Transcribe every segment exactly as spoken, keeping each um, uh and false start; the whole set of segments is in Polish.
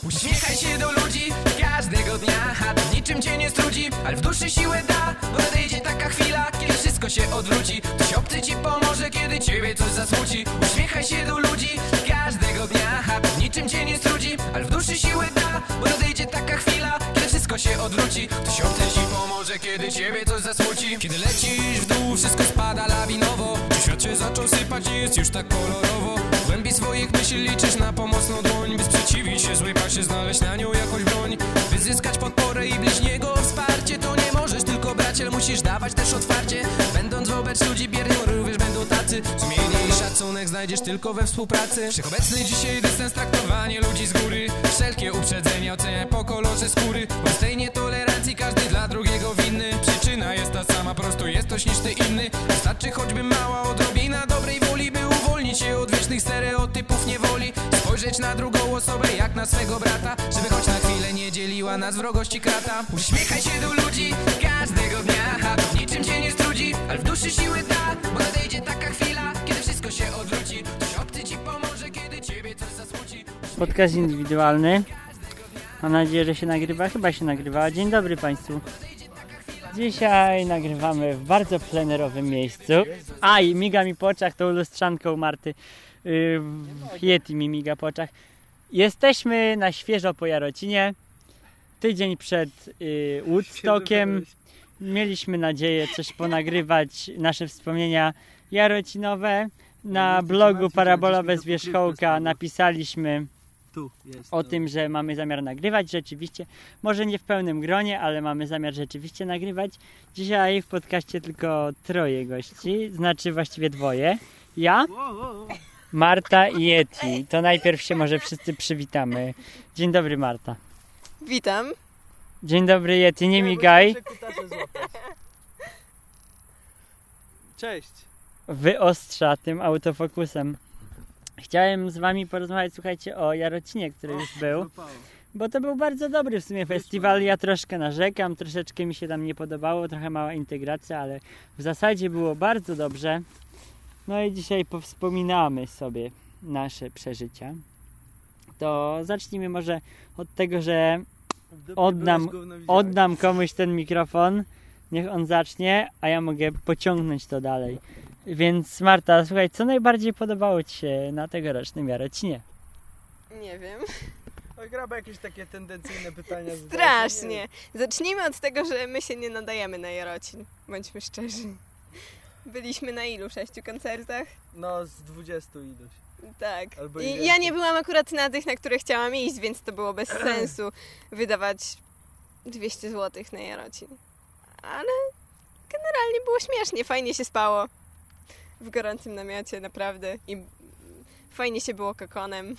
Uśmiechaj się do ludzi każdego dnia, a to niczym cię nie strudzi, ale w duszy siłę da, bo nadejdzie taka chwila, kiedy wszystko się odwróci. Ktoś obcy ci pomoże, kiedy ciebie coś zasmuci. Uśmiechaj się do ludzi każdego dnia, a to niczym cię nie strudzi, ale w duszy siłę da, bo nadejdzie taka chwila, kiedy wszystko się odwróci. Ktoś obcy ci pomoże, kiedy ciebie coś zasmuci. Kiedy lecisz w dół, wszystko spada lawinowo, czy świat się zaczął sypać i jest już tak kolorowo. W głębi swoich myśli liczysz na pomocną dłoń, by sprzeciwić się złej pasie, znaleźć na nią jakąś broń, by zyskać podporę i bliźniego wsparcie. To nie możesz tylko brać, ale musisz dawać też otwarcie. Będąc wobec ludzi bierni, również będą tacy. Sumienie i szacunek znajdziesz tylko we współpracy. Wszechobecny dzisiaj dystans, traktowanie ludzi z góry, wszelkie uprzedzenia oceniaj po kolorze skóry. Bo z tej nietolerancji każdy dla drugiego winny. Przyczyna jest ta sama, prosto jest ktoś niż ty inny. Wystarczy choćby mała odrobina dobrej woli, by uwolnić się od wiecznych stereotypów niewoli. Spojrzeć na drugą osobę jak na swego brata, żeby choć na chwilę nie dzieliła nas wrogości krata. Uśmiechaj się do ludzi każdego dnia, a to niczym cię nie strudzi, ale w duszy siły da, bo nadejdzie taka chwila, kiedy wszystko się odwróci. Ktoś obcy ci pomoże, kiedy ciebie coś zasmuci. Podcast indywidualny. Mam nadzieję, że się nagrywa. Chyba się nagrywa. Dzień dobry Państwu. Dzisiaj nagrywamy w bardzo plenerowym miejscu. A i miga mi po oczach tą lustrzanką Marty. Yy, Yeti mi miga po oczach. Jesteśmy na świeżo po Jarocinie. Tydzień przed yy, Woodstockiem. Mieliśmy nadzieję coś ponagrywać, nasze wspomnienia jarocinowe. Na blogu Parabola bez wierzchołka napisaliśmy o tym, że mamy zamiar nagrywać rzeczywiście. Może nie w pełnym gronie, ale mamy zamiar rzeczywiście nagrywać. Dzisiaj w podcaście tylko troje gości, znaczy właściwie dwoje. Ja, Marta i Yeti. To najpierw się może wszyscy przywitamy. Dzień dobry Marta. Witam. Dzień dobry Yeti, nie migaj. Cześć. Wyostrza tym autofokusem. Chciałem z wami porozmawiać, słuchajcie, o Jarocinie, który już był, bo to był bardzo dobry w sumie festiwal. Ja troszkę narzekam, troszeczkę mi się tam nie podobało, trochę mała integracja, ale w zasadzie było bardzo dobrze. No i dzisiaj powspominamy sobie nasze przeżycia. To zacznijmy może od tego, że oddam, oddam komuś ten mikrofon, niech on zacznie, a ja mogę pociągnąć to dalej. Więc Marta, słuchaj, co najbardziej podobało ci się na tegorocznym Jarocinie? Nie wiem. Oj, graba jakieś takie tendencyjne pytania. Strasznie. Zacznijmy od tego, że my się nie nadajemy na Jarocin. Bądźmy szczerzy. Byliśmy na ilu? Sześciu koncertach? No, z dwudziestu iluś. Tak. Albo I ja nie byłam akurat na tych, na które chciałam iść, więc to było bez sensu wydawać dwieście złotych na Jarocin. Ale generalnie było śmiesznie, fajnie się spało. W gorącym namiocie, naprawdę. I fajnie się było kokonem.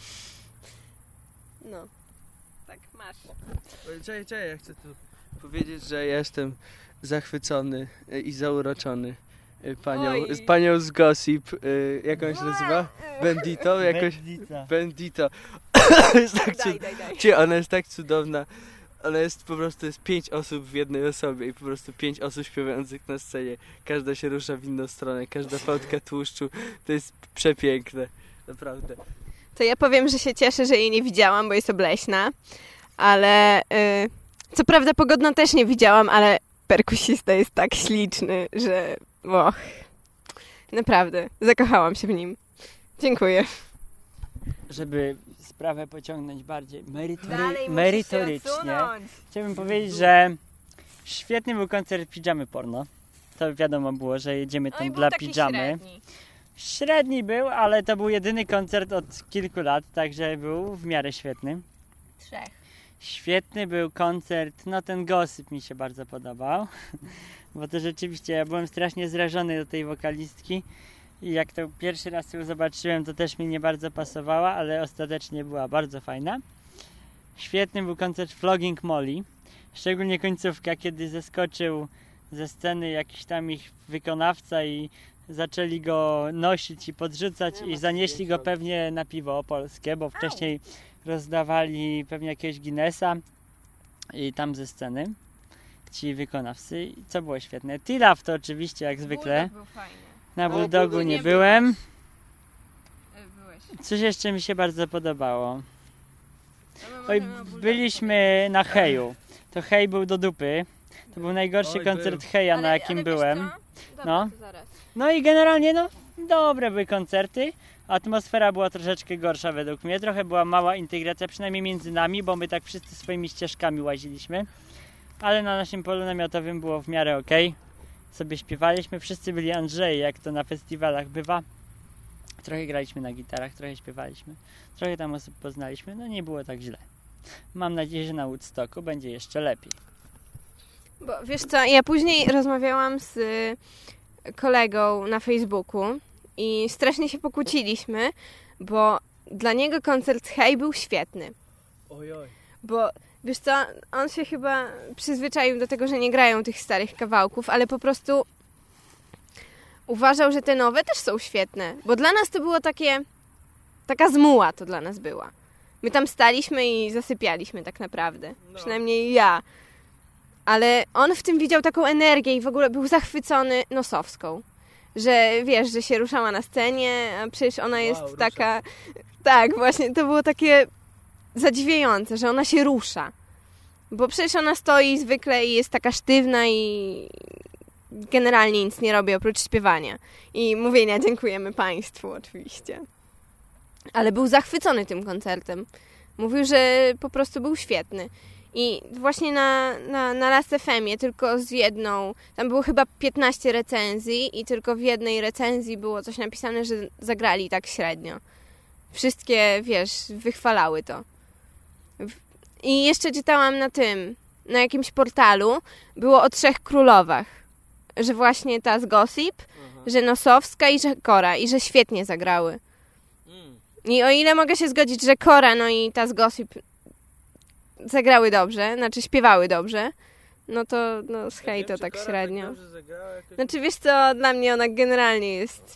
No. Tak, masz. Czekaj, czekaj, ja chcę tu powiedzieć, że ja jestem zachwycony i zauroczony panią, z panią z Gossip. Jak ona się nazywa? Bendito? Jakoś... Bendita. Bendito. jest tak Daj, cud... daj, daj. Cie, ona jest tak cudowna. Ona jest po prostu, jest pięć osób w jednej osobie i po prostu pięć osób śpiewających na scenie. Każda się rusza w inną stronę, każda fałdka tłuszczu. To jest przepiękne, naprawdę. To ja powiem, że się cieszę, że jej nie widziałam, bo jest obleśna. Ale y, co prawda pogodną też nie widziałam, ale perkusista jest tak śliczny, że och, naprawdę, zakochałam się w nim. Dziękuję. Żeby sprawę pociągnąć bardziej merytory... Dalej musisz się merytorycznie, odsunąć. chciałbym powiedzieć, że świetny był koncert Pijamy Porno. To wiadomo było, że jedziemy tam Oj, dla był taki pijamy. średni. Średni był, ale to był jedyny koncert od kilku lat, także był w miarę świetny. Trzech. Świetny był koncert, no ten Gossip mi się bardzo podobał, bo to rzeczywiście, ja byłem strasznie zrażony do tej wokalistki i jak to pierwszy raz ją zobaczyłem, to też mi nie bardzo pasowała, ale ostatecznie była bardzo fajna. Świetny był koncert Flogging Molly, szczególnie końcówka, kiedy zeskoczył ze sceny jakiś tam ich wykonawca i zaczęli go nosić i podrzucać i zanieśli go pewnie na piwo opolskie, bo wcześniej rozdawali pewnie jakiegoś Guinnessa i tam ze sceny ci wykonawcy. I co było świetne? Tilaf to oczywiście jak zwykle. Bulldog był fajny. Na O, Bulldogu Bulldog nie nie byłem. Byłeś. Coś jeszcze mi się bardzo podobało. Oj, byliśmy na Heju. To Hej był do dupy. To był najgorszy Oj, koncert był. Heja, na jakim byłem. No. No i generalnie no, dobre były koncerty. Atmosfera była troszeczkę gorsza według mnie. Trochę była mała integracja, przynajmniej między nami, bo my tak wszyscy swoimi ścieżkami łaziliśmy. Ale na naszym polu namiotowym było w miarę okej. Sobie śpiewaliśmy, wszyscy byli Andrzeje, jak to na festiwalach bywa. Trochę graliśmy na gitarach, trochę śpiewaliśmy. Trochę tam osób poznaliśmy, no nie było tak źle. Mam nadzieję, że na Woodstocku będzie jeszcze lepiej. Bo wiesz co, ja później rozmawiałam z y, kolegą na Facebooku i strasznie się pokłóciliśmy, bo dla niego koncert Hej był świetny. Oj, oj. Bo wiesz co, on się chyba przyzwyczaił do tego, że nie grają tych starych kawałków, ale po prostu uważał, że te nowe też są świetne. Bo dla nas to było takie, taka zmuła to dla nas była. My tam staliśmy i zasypialiśmy tak naprawdę. No. Przynajmniej ja. Ale on w tym widział taką energię i w ogóle był zachwycony Nosowską. Że wiesz, że się ruszała na scenie, a przecież ona jest rusza. taka... Tak, właśnie, to było takie zadziwiające, że ona się rusza. Bo przecież ona stoi zwykle i jest taka sztywna i generalnie nic nie robi oprócz śpiewania. I mówienia dziękujemy Państwu oczywiście. Ale był zachwycony tym koncertem. Mówił, że po prostu był świetny. I właśnie na, na, na Last F M ie tylko z jedną, tam było chyba piętnaście recenzji i tylko w jednej recenzji było coś napisane, że zagrali tak średnio. Wszystkie, wiesz, wychwalały to. I jeszcze czytałam na tym, na jakimś portalu, było o trzech królowach. Że właśnie ta z Gossip, Aha. że Nosowska i że Kora i że świetnie zagrały. Mm. I o ile mogę się zgodzić, że Kora, no i ta z Gossip zagrały dobrze, znaczy śpiewały dobrze, no to no, z Ja Hej wiem, to czy tak Kora średnio. dobrze zagrała jakoś? Znaczy wiesz co, dla mnie ona generalnie jest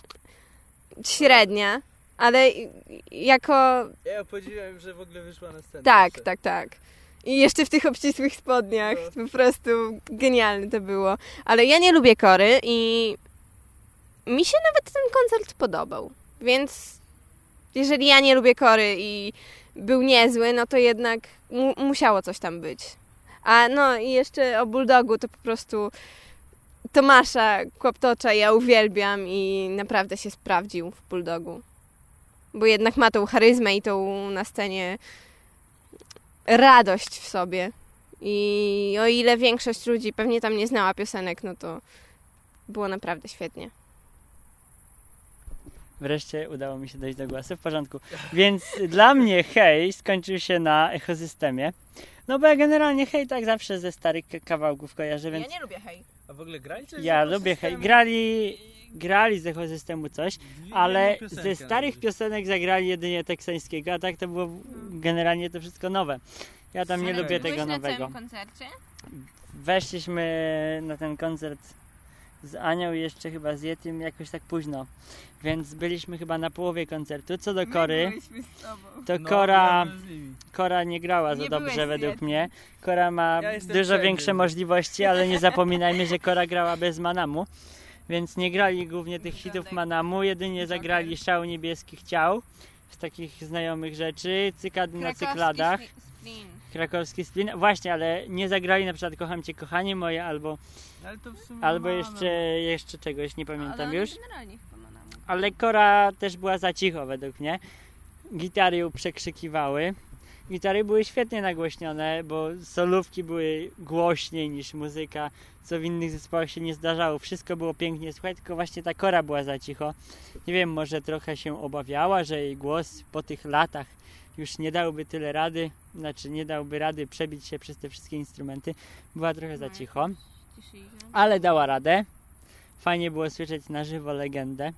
średnia, ale jako... Ja ją podziwiam, że w ogóle wyszła na scenę. Tak, jeszcze. tak, tak. I jeszcze w tych obcisłych spodniach. No. Po prostu genialne to było. Ale ja nie lubię Kory i mi się nawet ten koncert podobał. Więc jeżeli ja nie lubię Kory i był niezły, no to jednak mu- musiało coś tam być. A no i jeszcze o Bulldogu to po prostu Tomasza Kłoptocza ja uwielbiam i naprawdę się sprawdził w Bulldogu. Bo jednak ma tą charyzmę i tą na scenie radość w sobie. I o ile większość ludzi pewnie tam nie znała piosenek, no to było naprawdę świetnie. Wreszcie udało mi się dojść do głosu, w porządku. Więc dla mnie Hej skończył się na Echosystemie. No bo ja generalnie Hej tak zawsze ze starych k- kawałków kojarzę, więc nie lubię Hej. A w ogóle grali coś? ja z lubię Hej. ekosystemem? Grali, grali z Echosystemu coś, Dwie- ale jedną piosenkę ze starych nawet. piosenek zagrali jedynie teksańskiego, a tak to było generalnie to wszystko nowe. Ja tam nie Ale lubię byłeś tego na nowego. całym koncercie? Weszliśmy na ten koncert z Anią i jeszcze chyba z Jetym jakoś tak późno, więc byliśmy chyba na połowie koncertu. Co do Kory, to No, Kora, grałem z nimi. Kora nie grała za Nie dobrze byłeś z według Yeti. mnie. Kora ma Ja jestem dużo wszędzie. większe możliwości, ale nie zapominajmy, że Kora grała bez Manamu, więc nie grali głównie tych hitów Manamu, jedynie zagrali Szał Niebieskich Ciał z takich znajomych rzeczy, Cykady na cykladach, Krakowski Splin. Właśnie, ale nie zagrali na przykład Kocham Cię Kochanie Moje albo, Ale to w sumie albo no, jeszcze, jeszcze czegoś, nie pamiętam już. generalnie chyba ma nam. Ale Kora też była za cicho według mnie. Gitary ją przekrzykiwały. Gitary były świetnie nagłośnione, bo solówki były głośniej niż muzyka, co w innych zespołach się nie zdarzało. Wszystko było pięknie słychać, tylko właśnie ta Kora była za cicho. Nie wiem, może trochę się obawiała, że jej głos po tych latach już nie dałby tyle rady, znaczy nie dałby rady przebić się przez te wszystkie instrumenty. Była trochę za cicho, ale dała radę. Fajnie było słyszeć na żywo legendę.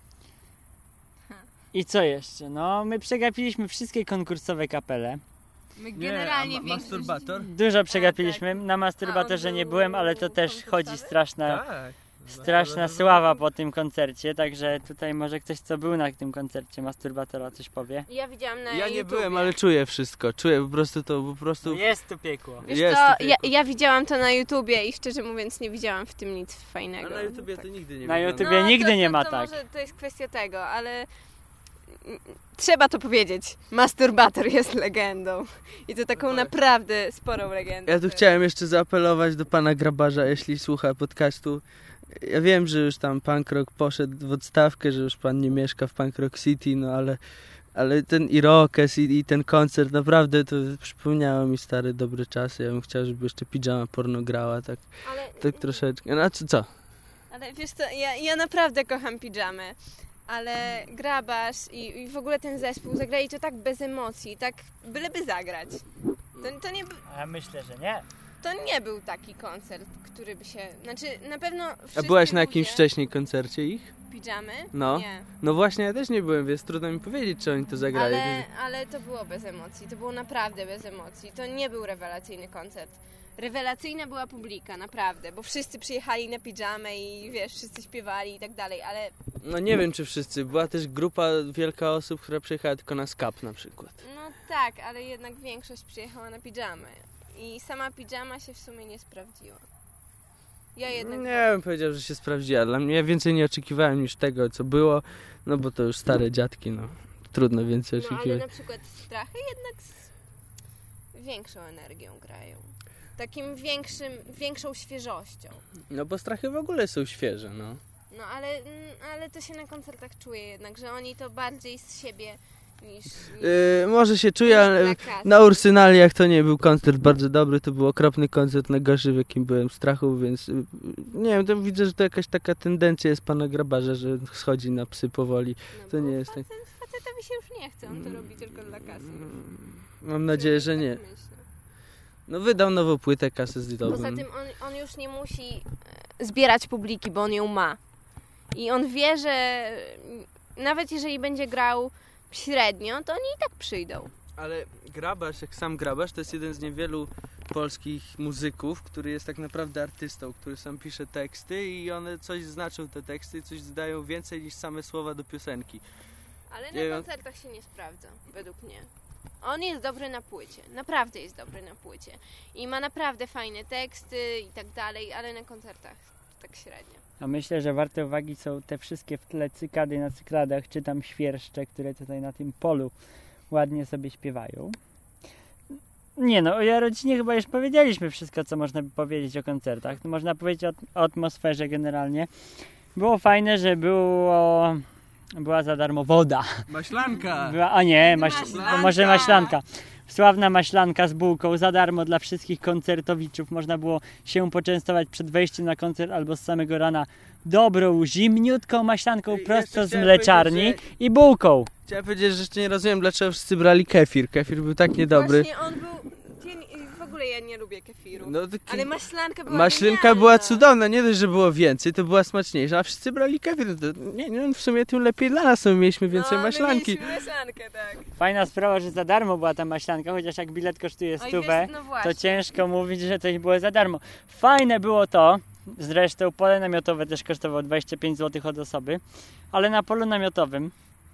I co jeszcze? No, my przegapiliśmy wszystkie konkursowe kapele. My Nie, a ma- masturbator? Dużo przegapiliśmy. tak. Na masturbatorze nie byłem, ale to też chodzi straszna, Tak. straszna sława po tym koncercie. Także tutaj może ktoś, co był na tym koncercie masturbatora, coś powie. Ja widziałam na Ja nie YouTubie. byłem, ale czuję wszystko. Czuję po prostu to, po prostu... Jest tu piekło. Wiesz Jest co, to ja, piekło. ja widziałam to na YouTubie i szczerze mówiąc nie widziałam w tym nic fajnego. A na YouTubie Tak. to nigdy nie Na wygląda. YouTubie nigdy to, nie to, ma to tak. Może to jest kwestia tego, ale trzeba to powiedzieć, masturbator jest legendą. I to taką naprawdę sporą legendą. Ja tu chciałem jeszcze zaapelować do pana Grabarza, jeśli słucha podcastu. Ja wiem, że już tam punk rock poszedł w odstawkę, że już pan nie mieszka w Punk Rock City, no ale, ale ten Irokes i, i ten koncert naprawdę to przypomniało mi stare dobre czasy. Ja bym chciał, żeby jeszcze Pijama Porno grała, tak, Ale, tak troszeczkę. Znaczy co? ale wiesz co, ja, ja naprawdę kocham Pijamę. Ale Grabarz i, i w ogóle ten zespół zagrali to tak bez emocji, tak byleby zagrać. To, to, nie, A ja myślę, że nie. to nie był taki koncert, który by się... Znaczy, na pewno A wszyscy byłaś na ludzie- jakimś wcześniej koncercie ich? Pijamy? No. Nie. No właśnie, ja też nie byłem, więc trudno mi powiedzieć, czy oni to zagrali. Ale, ale to było bez emocji, to było naprawdę bez emocji. To nie był rewelacyjny koncert. Rewelacyjna była publika, naprawdę, bo wszyscy przyjechali na pidżamę i wiesz, wszyscy śpiewali i tak dalej, ale No nie wiem, czy wszyscy. Była też grupa wielka osób, która przyjechała tylko na skap na przykład. no tak, ale jednak większość przyjechała na pidżamę i sama pidżama się w sumie nie sprawdziła. Ja jednak... Nie bym powiedział, że się sprawdziła. Dla mnie ja więcej nie oczekiwałem niż tego, co było, no bo to już stare dziadki, no. Trudno więcej No ale oczekiwać. na przykład Strachy jednak z większą energią grają. Takim większym, większą świeżością. No bo strachy w ogóle są świeże, no. No ale, mm, ale to się na koncertach czuje jednak, że oni to bardziej z siebie niż... niż Yy, może się czuję, ale dla kasy. na Ursynaliach to nie był koncert bardzo dobry, to był okropny koncert, najgorszy w jakim byłem strachu, więc yy, nie wiem, to widzę, że to jakaś taka tendencja jest pana Grabarza, że schodzi na psy powoli. No To bo nie jest tak. facet, facetowi się już nie chce, on to robi tylko dla kasy. Mam nadzieję, że Tak nie. myślę. No wydał nową płytę, kasę z Poza Lidowym. tym on, on już nie musi e, zbierać publiki, bo on ją ma. I on wie, że nawet jeżeli będzie grał średnio, to oni i tak przyjdą. Ale Grabarz, jak sam Grabarz, to jest jeden z niewielu polskich muzyków, który jest tak naprawdę artystą, który sam pisze teksty i one coś znaczą, te teksty, coś zdają więcej niż same słowa do piosenki. Ale Nie wiem. na koncertach się nie sprawdza, według mnie. On jest dobry na płycie, naprawdę jest dobry na płycie. I ma naprawdę fajne teksty i tak dalej, ale na koncertach tak średnio. A myślę, że warte uwagi są te wszystkie w tle cykady na cykladach, czy tam świerszcze, które tutaj na tym polu ładnie sobie śpiewają. Nie no, o Jarocinie chyba już powiedzieliśmy wszystko, co można by powiedzieć o koncertach. Można powiedzieć o, o atmosferze generalnie. Było fajne, że było... Była za darmo woda. Maślanka! Była, a nie, maś, Maślanka! może maślanka. Sławna maślanka z bułką za darmo dla wszystkich koncertowiczów. Można było się poczęstować przed wejściem na koncert albo z samego rana dobrą, zimniutką maślanką Ej, prosto jeszcze z chciałem mleczarni powiedzieć, i bułką. Chciałem powiedzieć, że jeszcze nie rozumiem, dlaczego wszyscy brali kefir. Kefir był tak niedobry. Właśnie on był... W ogóle ja nie lubię kefiru. No, to Ale maślanka była Maślinka genialna. była cudowna, nie dość, że było więcej, to była smaczniejsza, a wszyscy brali kefir. To, nie, nie, w sumie tym lepiej dla nas, my mieliśmy więcej no, maślanki. My mieliśmy maślankę, tak. Fajna sprawa, że za darmo była ta maślanka, chociaż jak bilet kosztuje Oj, stówę, wiesz, no właśnie. to ciężko mówić, że coś było za darmo. Fajne było to, zresztą pole namiotowe też kosztowało dwadzieścia pięć złotych od osoby, ale na polu namiotowym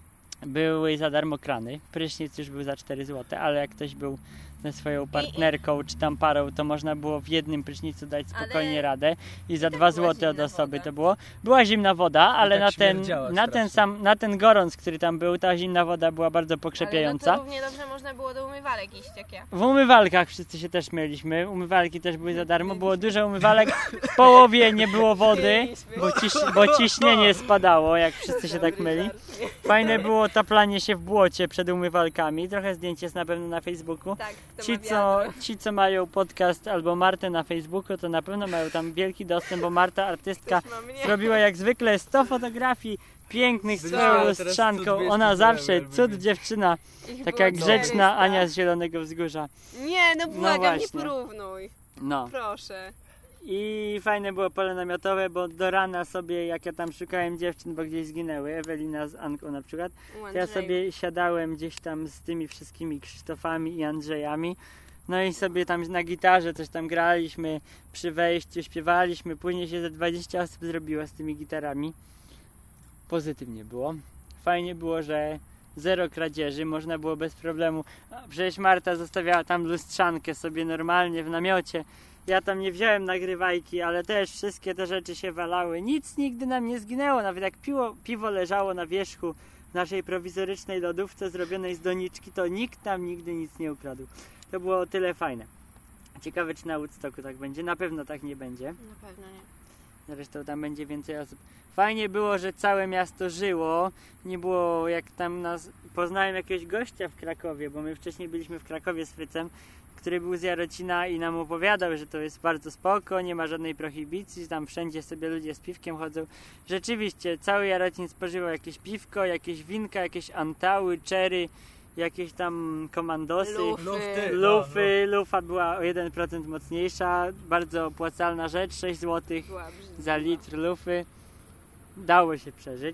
były za darmo krany. Prysznic już był za cztery złote, ale jak ktoś był ze swoją partnerką czy tam parą, to można było w jednym prysznicu dać spokojnie Ale radę i za tak dwa była złote od zimna osoby woda. to było. Była zimna woda, ale tak na, ten, śmierdziała na, ten strasznie. sam, na ten gorąc, który tam był, ta zimna woda była bardzo pokrzepiająca. Ale no to równie dobrze można było do umywalek iść, jak ja. W umywalkach wszyscy się też myliśmy. Umywalki też były za darmo. Było dużo umywalek. W połowie nie było wody, bo, ciś, bo ciśnienie spadało, jak wszyscy się tak myli. Fajne było taplanie się w błocie przed umywalkami. Trochę zdjęć jest na pewno na Facebooku. Tak, to Ci ma co, wiadro. ci, co mają podcast albo Martę na Facebooku, to na pewno mają tam wielki dostęp, bo Marta, artystka, Też ma mnie. zrobiła jak zwykle sto fotografii pięknych z Byliśmy, swoją ale teraz lustrzanką. cud Ona wiejski zawsze, zjemy, cud jakby- dziewczyna, Ich taka było grzeczna czterysta. Ania z Zielonego Wzgórza. Nie, no błagam, nie właśnie. porównuj. No. Proszę. I fajne było pole namiotowe, bo do rana sobie, jak ja tam szukałem dziewczyn, bo gdzieś zginęły, Ewelina z Anką na przykład, to ja sobie siadałem gdzieś tam z tymi wszystkimi Krzysztofami i Andrzejami. No i sobie tam na gitarze coś tam graliśmy, przy wejściu śpiewaliśmy, później się ze dwadzieścia osób zrobiło z tymi gitarami. Pozytywnie było. Fajnie było, że zero kradzieży, można było bez problemu. A przecież Marta zostawiała tam lustrzankę sobie normalnie w namiocie. Ja tam nie wziąłem nagrywajki, ale też wszystkie te rzeczy się walały. Nic nigdy nam nie zginęło, nawet jak piwo, piwo leżało na wierzchu w naszej prowizorycznej lodówce zrobionej z doniczki, to nikt tam nigdy nic nie ukradł. To było o tyle fajne. Ciekawe, czy na Woodstocku tak będzie. Na pewno tak nie będzie. Na pewno nie. Zresztą tam będzie więcej osób. Fajnie było, że całe miasto żyło. Nie było jak tam nas... Poznałem jakiegoś gościa w Krakowie, bo my wcześniej byliśmy w Krakowie z Frycem, który był z Jarocina i nam opowiadał, że to jest bardzo spoko, nie ma żadnej prohibicji, tam wszędzie sobie ludzie z piwkiem chodzą. Rzeczywiście, cały Jarocin spożywał jakieś piwko, jakieś winka, jakieś antały, czery, jakieś tam komandosy. Lufy. Lufty. Lufy, lufa była o jeden procent mocniejsza, bardzo opłacalna rzecz, sześć złotych Była brzydka. za litr lufy. Dało się przeżyć.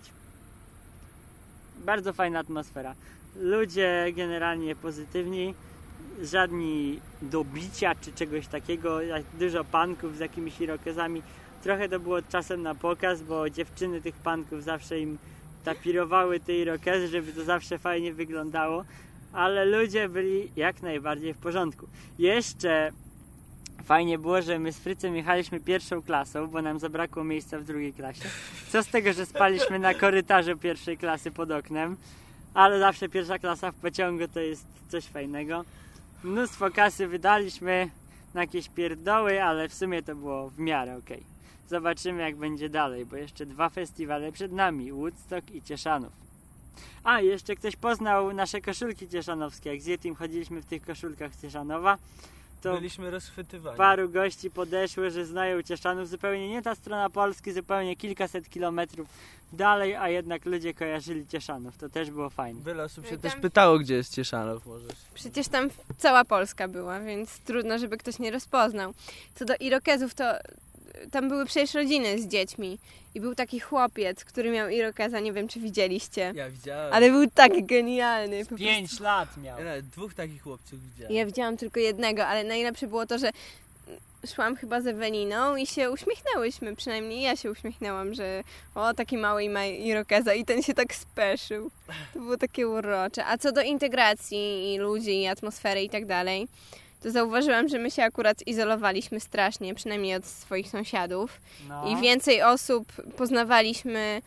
Bardzo fajna atmosfera. Ludzie generalnie pozytywni, żadni do bicia czy czegoś takiego, jak dużo panków z jakimiś irokezami. Trochę to było czasem na pokaz, bo dziewczyny tych panków zawsze im tapirowały te irokezy, żeby to zawsze fajnie wyglądało, ale ludzie byli jak najbardziej w porządku. Jeszcze fajnie było, że my z Frycem jechaliśmy pierwszą klasą, bo nam zabrakło miejsca w drugiej klasie. Co z tego, że spaliśmy na korytarzu pierwszej klasy pod oknem, ale zawsze pierwsza klasa w pociągu to jest coś fajnego. Mnóstwo kasy wydaliśmy na jakieś pierdoły, ale w sumie to było w miarę okej. Zobaczymy, jak będzie dalej, bo jeszcze dwa festiwale przed nami, Woodstock i Cieszanów. A, jeszcze ktoś poznał nasze koszulki cieszanowskie. Jak z Yetim chodziliśmy w tych koszulkach z Cieszanowa, to Byliśmy rozchwytywani. paru gości podeszło, że znają Cieszanów. Zupełnie nie ta strona Polski, zupełnie kilkaset kilometrów dalej, a jednak ludzie kojarzyli Cieszanów. To też było fajne. Wiele osób się No i też tam- pytało, gdzie jest Cieszanów. Możesz. Przecież tam cała Polska była, więc trudno, żeby ktoś nie rozpoznał. Co do irokezów, to tam były przecież rodziny z dziećmi i był taki chłopiec, który miał irokeza, nie wiem czy widzieliście, Ja widziałem. ale był tak genialny. Po Pięć lat miał. Ja nawet dwóch takich chłopców widziałem. Ja widziałam tylko jednego, ale najlepsze było to, że szłam chyba z Eweliną i się uśmiechnęłyśmy, przynajmniej ja się uśmiechnęłam, że o, taki mały i ma irokeza i ten się tak speszył. To było takie urocze. A co do integracji i ludzi, i atmosfery i tak dalej, to zauważyłam, że my się akurat izolowaliśmy strasznie, przynajmniej od swoich sąsiadów No. i więcej osób poznawaliśmy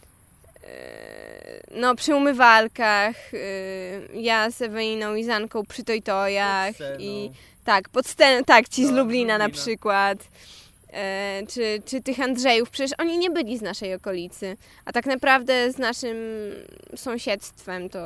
e, no przy umywalkach, e, ja z Eweliną i Zanką przy tojtojach i tak, pod sceną, tak, ci z No, Lublina na Lublina. przykład, e, czy, czy tych Andrzejów, przecież oni nie byli z naszej okolicy, a tak naprawdę z naszym sąsiedztwem to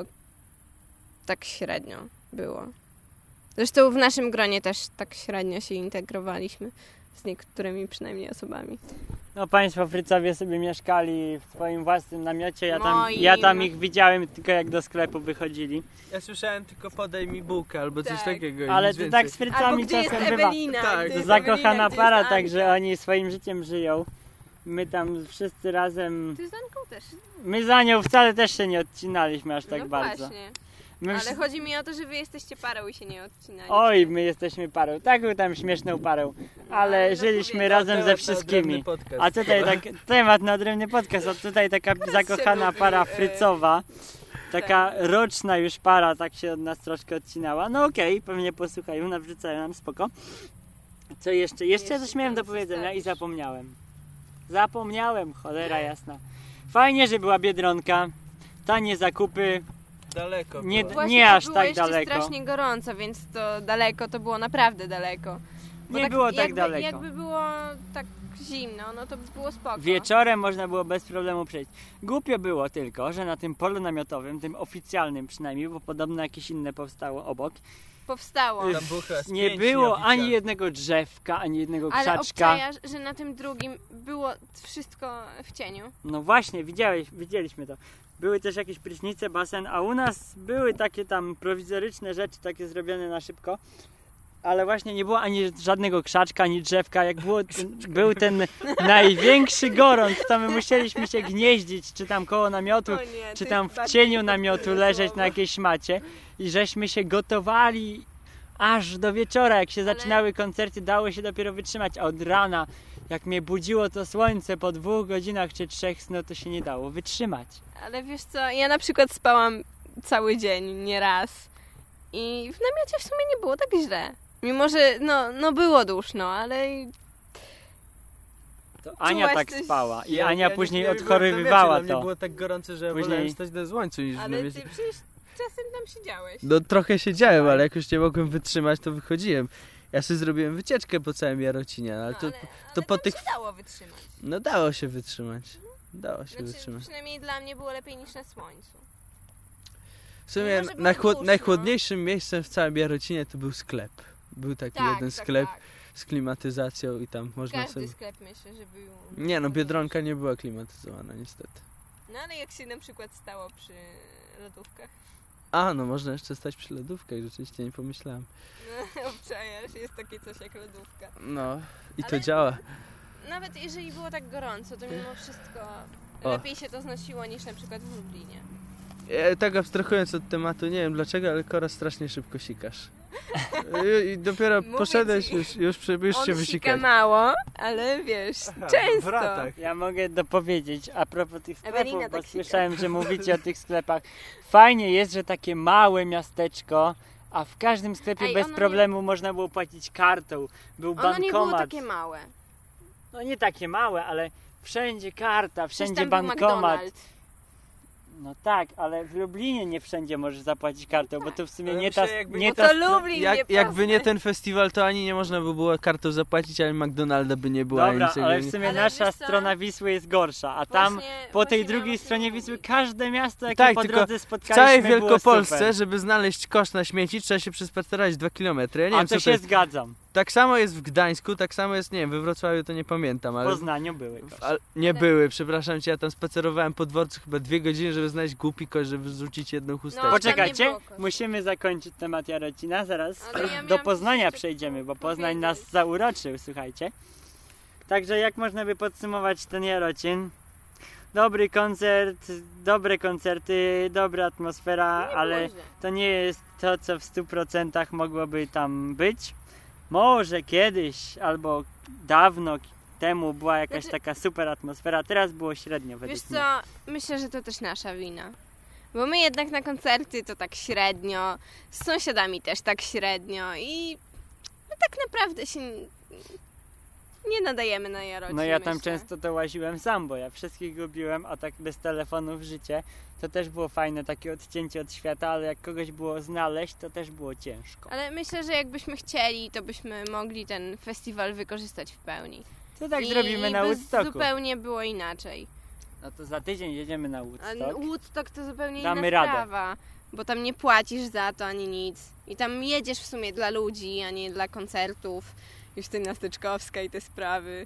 tak średnio było. Zresztą w naszym gronie też tak średnio się integrowaliśmy z niektórymi przynajmniej osobami. No państwo Frycowie sobie mieszkali w swoim własnym namiocie, ja tam, Moim. ja tam ich widziałem tylko jak do sklepu wychodzili. Ja słyszałem tylko podaj mi bułkę albo coś Tak. takiego. i Ale nic to więcej. tak z Albo Frycami gdzie jest czasem bywa. Ewelina? Tak, Gdzie to jest Zakochana Ewelina? Gdzie para, jest także Anka? oni swoim życiem żyją. My tam wszyscy razem, Ty z Anką też. my za nią wcale też się nie odcinaliśmy aż tak no bardzo. właśnie. My Ale wszy- chodzi mi o to, że wy jesteście parą i się nie odcinaliście. Oj, my jesteśmy parą, taką tam śmieszną parą, ale Ale żyliśmy zapowiedz- razem Temat ze na wszystkimi. odrębny podcast. A tutaj tak, temat na odrębny podcast, a tutaj taka zakochana lubi, para e, frycowa, taka roczna już para, tak się od nas troszkę odcinała. No okej, pewnie posłuchają, nawrzucają nam, spoko. Co jeszcze? Jeszcze Jeszcze coś miałem do tam powiedzenia i zostawisz. zapomniałem. Zapomniałem, cholera jasna. Fajnie, że była Biedronka, tanie zakupy, Daleko Nie- było. Właśnie nie to aż było tak jeszcze daleko. strasznie gorąco, więc to daleko, to było naprawdę daleko. Bo nie było tak jakby, daleko. Jakby było tak zimno, no to by było spoko. Wieczorem można było bez problemu przejść. Głupio było tylko, że na tym polu namiotowym, tym oficjalnym przynajmniej, bo podobno jakieś inne powstało obok, Powstało. Tam było chyba z nie pięć było ani nieoficjalnych. jednego drzewka, ani jednego Ale krzaczka. obczajasz, że na tym drugim było wszystko w cieniu. No właśnie, widziałeś, widzieliśmy to. Były też jakieś prysznice, basen, a u nas były takie tam prowizoryczne rzeczy, takie zrobione na szybko. Ale właśnie nie było ani żadnego krzaczka, ani drzewka. Jak było, był ten największy gorąc, to my musieliśmy się gnieździć, czy tam koło namiotu, O nie, czy to tam jest w bardziej cieniu niepodobne namiotu leżeć słowo. na jakiejś macie. I żeśmy się gotowali aż do wieczora. Jak się Ale- zaczynały koncerty, dało się dopiero wytrzymać. A od rana, jak mnie budziło to słońce po dwóch godzinach czy trzech snu, to się nie dało wytrzymać. Ale wiesz co, ja na przykład spałam cały dzień, nie raz. I w namiocie w sumie nie było tak źle. Mimo, że no, no było duszno, ale To Ania Czułaś tak coś- spała i Ja- Ania ja nie- później ja byłem odchorowywała na wiecie, dla to. mnie było tak gorąco, że ja Później- wolałem stać na słońcu niż na Ale wiecie. ty przecież czasem tam siedziałeś. No trochę siedziałem, ale jak już nie mogłem wytrzymać, to wychodziłem. Ja sobie zrobiłem wycieczkę po całym Jarocinie, no, ale No, to, ale, ale to po tam tych... się dało wytrzymać. No dało się wytrzymać. Dało się Znaczy, wytrzymać. przynajmniej dla mnie było lepiej niż na słońcu. W sumie mimo, że było najchłod, duszno. najchłodniejszym miejscem w całym Jarocinie to był sklep. Był taki Tak, jeden tak, sklep tak. z klimatyzacją i tam można Każdy sobie... sklep myślę, że był... Nie no, Biedronka nie była klimatyzowana niestety. No ale jak się na przykład stało przy lodówkach. A, no można jeszcze stać przy lodówkach, rzeczywiście nie pomyślałem. No, obczajasz, jest takie coś jak lodówka. No, i to Ale- działa. Nawet jeżeli było tak gorąco, to mimo wszystko O. lepiej się to znosiło niż na przykład w Lublinie. Ja, tak abstrahując od tematu, nie wiem dlaczego, ale Kora strasznie szybko sikasz. I, i dopiero Mówię poszedłeś, ci, już, już, już, już On się sika wysikać. mało, ale wiesz, często. Ja mogę dopowiedzieć a propos tych Ewelina sklepów, bo tak sika. słyszałem, że mówicie o tych sklepach. Fajnie jest, że takie małe miasteczko, a w każdym sklepie Ej, bez ono nie- problemu można było płacić kartą. Był Ono nie było bankomat. takie małe. No nie takie małe, ale wszędzie karta, Przecież wszędzie tam był bankomat. McDonald's. No tak, ale w Lublinie nie wszędzie możesz zapłacić kartą, bo to w sumie Ale nie myślę, ta, jakby- nie Bo ta to stro- Lublin, nie Jak, jakby nie Poznań. ten festiwal, to ani nie można by było kartą zapłacić, ani McDonalda by nie było. Dobra, ani niczego ale nie- w sumie Ale nasza wiesz co? strona Wisły jest gorsza, a tam Właśnie- po tej właśnie drugiej miałam o tym stronie Wisły mówić. każde miasto, jakie Tak, po tylko drodze W spotkaliśmy, całej było Wielkopolsce, super. żeby znaleźć kosz na śmieci, trzeba się przespacerować dwa kilometry. Ja nie A wiem, to co się to jest. zgadzam. Tak samo jest w Gdańsku, tak samo jest, nie wiem, we Wrocławiu to nie pamiętam, W ale... Poznaniu były w- kosze. ale nie Ale- były, przepraszam cię, ja tam spacerowałem po dworcu chyba dwie godziny, żeby znaleźć głupi kosz, żeby zrzucić jedną chusteczkę. No, tam nie Poczekajcie, było koszy. musimy zakończyć temat Jarocina, zaraz Ale ja do miałam Poznania jeszcze przejdziemy, bo Poznań powiedzieć. nas zauroczył, słuchajcie. Także jak można by podsumować ten Jarocin? Dobry koncert, dobre koncerty, dobra atmosfera, Nie ale było źle. to nie jest to, co w stu procentach mogłoby tam być. Może kiedyś, albo dawno temu była jakaś Znaczy- taka super atmosfera, teraz było średnio według Wiesz mnie. co, myślę, że to też nasza wina. Bo my jednak na koncerty to tak średnio, z sąsiadami też tak średnio i my tak naprawdę się n- nie nadajemy na Jarocin, No ja tam myślę. często to łaziłem sam, bo ja wszystkich lubiłem, a tak bez telefonów życie, to też było fajne, takie odcięcie od świata, ale jak kogoś było znaleźć, to też było ciężko. Ale myślę, że jakbyśmy chcieli, to byśmy mogli ten festiwal wykorzystać w pełni. To tak I, zrobimy i na by Woodstocku. zupełnie było inaczej. No to za tydzień jedziemy na A Woodstock. Woodstock to zupełnie Damy inna radę. sprawa, bo tam nie płacisz za to ani nic. I tam jedziesz w sumie dla ludzi, a nie dla koncertów. Justyna Styczkowska i te sprawy.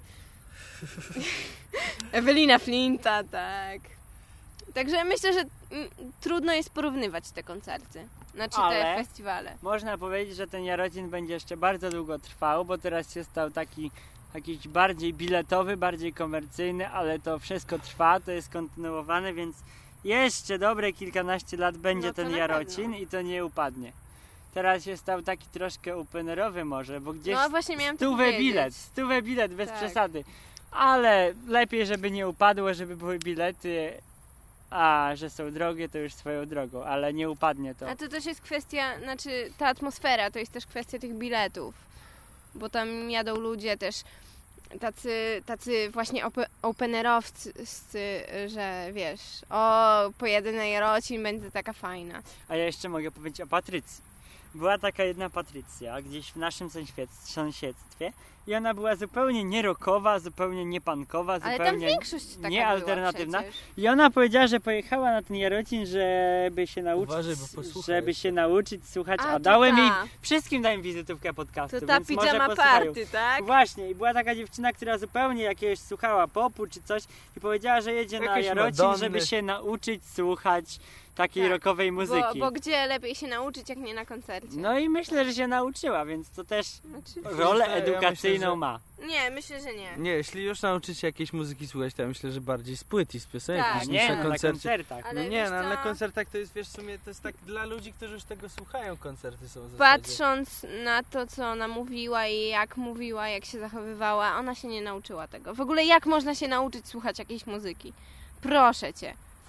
Ewelina Flinta, tak. Także myślę, że mm, trudno jest porównywać te koncerty. Znaczy Ale- te festiwale. Można powiedzieć, że ten Jarocin będzie jeszcze bardzo długo trwał, bo teraz się stał taki jakiś bardziej biletowy, bardziej komercyjny, ale to wszystko trwa, to jest kontynuowane, więc jeszcze dobre kilkanaście lat będzie No to ten na Jarocin pewno. i to nie upadnie. Teraz się stał taki troszkę openerowy może, bo gdzieś No właśnie miałam to stówę powiedzieć. bilet, stówę bilet bez Tak. przesady. Ale lepiej, żeby nie upadło, żeby były bilety, a że są drogie, to już swoją drogą, ale nie upadnie to. A to też jest kwestia, znaczy ta atmosfera to jest też kwestia tych biletów. Bo tam jadą ludzie też tacy, tacy właśnie ope, openerowcy, że wiesz, o pojedę na Jarocin, będzie taka fajna. A ja jeszcze mogę powiedzieć o Patrycji. Była taka jedna Patrycja gdzieś w naszym sąsiedztwie, sąsiedztwie i ona była zupełnie nie rockowa, zupełnie nie punkowa, Ale tam zupełnie większość taka nie alternatywna. była przecież. I ona powiedziała, że pojechała na ten Jarocin, żeby się nauczyć, Uważaj, bo posłuchaj żeby jeszcze. się nauczyć słuchać, a, A, to dałem jej, ta. wszystkim dałem wizytówkę podcastu, To ta więc może pijama posłuchają. party, tak? Właśnie, i była taka dziewczyna, która zupełnie jakiegoś słuchała popu czy coś i powiedziała, że jedzie na Jakieś Jarocin, Madonny. żeby się nauczyć słuchać takiej Tak, rockowej muzyki. Bo, bo gdzie lepiej się nauczyć, jak nie na koncercie? No i myślę, że się nauczyła, więc to też Znaczy, rolę Ja myślę, edukacyjną że- ma. nie, myślę, że nie. Nie, jeśli już nauczyć się jakiejś muzyki słuchać, to ja myślę, że bardziej z płyt i z piosenek Tak. niż Nie, na no, na koncercie. koncertach. Ale no nie, wiesz no, ale na co? koncertach to jest, wiesz, w sumie to jest tak dla ludzi, którzy już tego słuchają, koncerty są w zasadzie. Patrząc na to, co ona mówiła i jak mówiła, jak się zachowywała, ona się nie nauczyła tego. W ogóle jak można się nauczyć słuchać jakiejś muzyki? Proszę cię.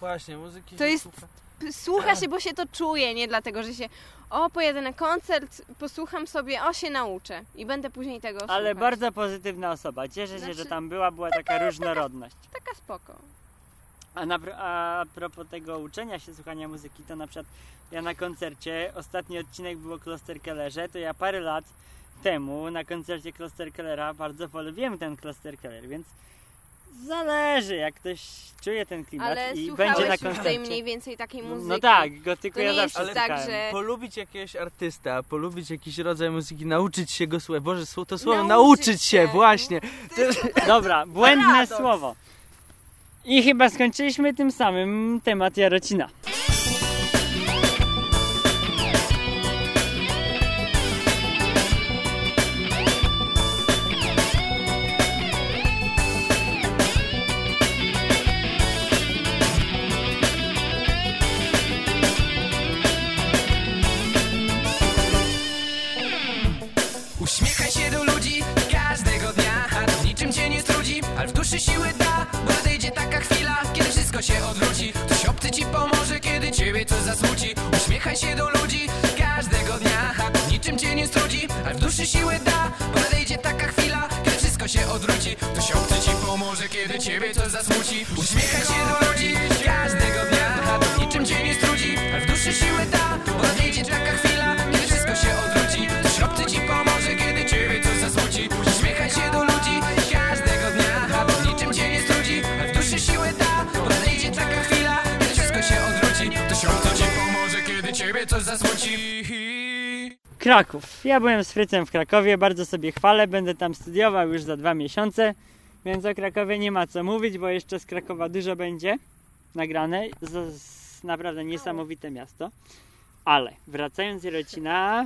Właśnie, muzyki To się jest- słucha. Słucha się, bo się to czuje, nie dlatego, że się o, pojadę na koncert, posłucham sobie, o, się nauczę i będę później tego Ale słuchać. bardzo pozytywna osoba. Cieszę się, Znaczy- że tam była, była taka różnorodność. Taka spoko. A, na, a propos tego uczenia się słuchania muzyki, to na przykład ja na koncercie, ostatni odcinek był o Klosterkellerze, to ja parę lat temu na koncercie Klosterkellera bardzo polubiłem ten Klosterkeller, więc zależy, jak ktoś czuje ten klimat Ale i słuchałeś będzie na już tej koncercie. mniej więcej takiej muzyki. No tak, gotyku To nie ja jest zawsze tak, słuchałem. że- Polubić jakiegoś artysta, polubić jakiś rodzaj muzyki, nauczyć się go słuchać. Boże, sło- to słowo, Nauczyć nauczyć się, się. właśnie. Dobra, błędne Paradoks. słowo. I chyba skończyliśmy tym samym temat Jarocina. Uśmiechaj się do ludzi każdego dnia, a to w niczym cię nie strudzi, ale w duszy siły da, bo nadejdzie taka chwila, kiedy wszystko się odwróci. Ktoś obcy ci pomoże, kiedy ciebie coś zasmuci. Uśmiechaj się do ludzi każdego dnia, a to w niczym cię nie strudzi, ale w duszy siły da, bo nadejdzie taka chwila, kiedy wszystko się odwróci. Ktoś obcy ci pomoże, kiedy ciebie coś zasmuci. Uśmiechaj się do ludzi każdego dnia, a to w niczym cię nie strudzi, ale w duszy siły da, bo nadejdzie taka chwila, kiedy wszystko się odwróci. Ktoś obcy ci pomoże, kiedy ciebie coś zasmuci. Uśmiechaj się do ludzi każdego dnia, a to w niczym cię nie strudzi, ale w duszy siły da, bo nadejdzie taka chwila, kiedy wszystko się odwróci. Ktoś obcy ci pomoże, kiedy ciebie coś zasmuci. Kraków. Ja byłem z Frycem w Krakowie, bardzo sobie chwalę, będę tam studiował już za dwa miesiące, więc o Krakowie nie ma co mówić, bo jeszcze z Krakowa dużo będzie nagrane. Z, z, naprawdę niesamowite miasto. Ale wracając z Jarocina,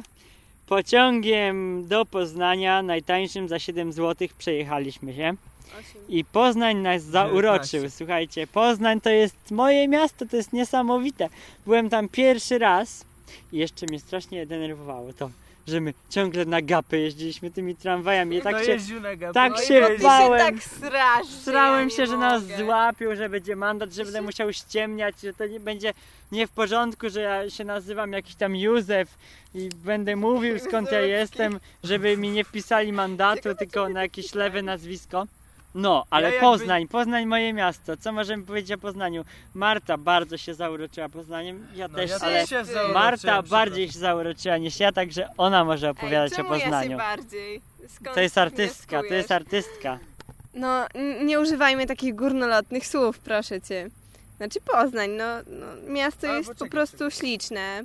pociągiem do Poznania, najtańszym za siedem złotych, przejechaliśmy się. I Poznań nas zauroczył. dziewiętnaście. Słuchajcie, Poznań to jest moje miasto, to jest niesamowite. Byłem tam pierwszy raz i jeszcze mnie strasznie denerwowało to, że my ciągle na gapy jeździliśmy tymi tramwajami. I tak no się, jeździł na gapę. tak Oj, się bo ty się bałem. tak strasz, Strałem ja się, nie że nas mogę. złapią, że będzie mandat, że będę musiał ściemniać, że to nie będzie nie w porządku, że ja się nazywam jakiś tam Józef i będę mówił skąd ja jestem, żeby mi nie wpisali mandatu, tylko na jakieś lewe nazwisko. No, ale Ja jakby- Poznań, Poznań moje miasto. Co możemy powiedzieć o Poznaniu? Marta bardzo się zauroczyła Poznaniem, ja No, też, ja ale też się zauroczyłem, Marta przepraszam. bardziej się zauroczyła niż ja, także ona może opowiadać Ej, czemu o ja się Poznaniu. bardziej? Skąd To jest artystka, to wnioskujesz? jest artystka. No, n- nie używajmy takich górnolotnych słów, proszę cię. Znaczy Poznań, no, no miasto Ale jest poczekaj, po prostu czekaj. śliczne.